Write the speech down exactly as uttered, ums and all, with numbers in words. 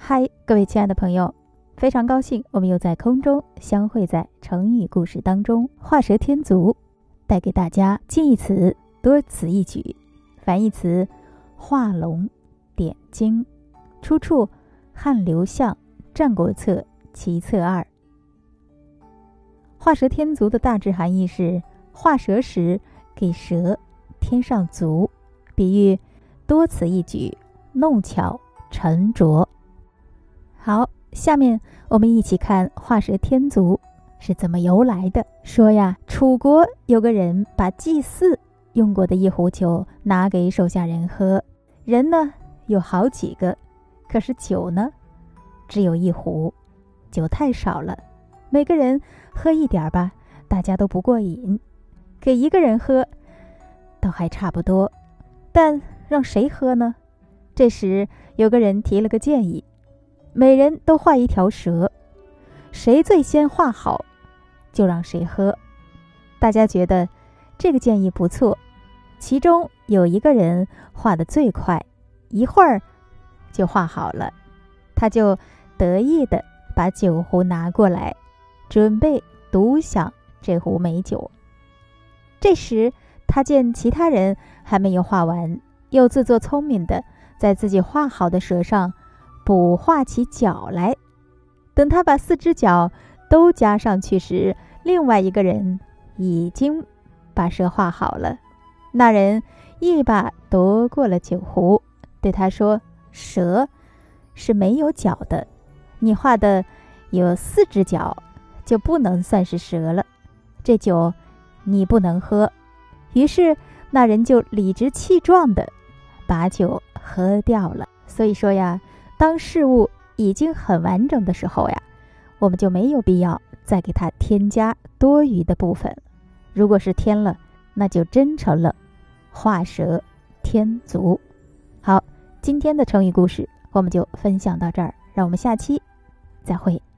嗨，各位亲爱的朋友，非常高兴我们又在空中相会在成语故事当中。画蛇添足，带给大家近义词多此一举，反义词画龙点睛。出处汉刘向战国策其策二。画蛇添足的大致含义是画蛇时给蛇添上足，比喻多此一举，弄巧成拙。好，下面我们一起看画蛇添足是怎么由来的。说呀，楚国有个人把祭祀用过的一壶酒拿给手下人喝，人呢有好几个，可是酒呢只有一壶，酒太少了，每个人喝一点吧，大家都不过瘾，给一个人喝倒还差不多，但让谁喝呢？这时有个人提了个建议，每人都画一条蛇，谁最先画好就让谁喝。大家觉得这个建议不错，其中有一个人画得最快，一会儿就画好了，他就得意地把酒壶拿过来，准备独享这壶美酒。这时他见其他人还没有画完，又自作聪明地在自己画好的蛇上补画起脚来。等他把四只脚都加上去时，另外一个人已经把蛇画好了。那人一把夺过了酒壶，对他说：蛇是没有脚的，你画的有四只脚，就不能算是蛇了，这酒你不能喝。于是那人就理直气壮地把酒喝掉了。所以说呀，当事物已经很完整的时候呀，我们就没有必要再给它添加多余的部分。如果是添了，那就真成了画蛇添足。好，今天的成语故事我们就分享到这儿，让我们下期再会。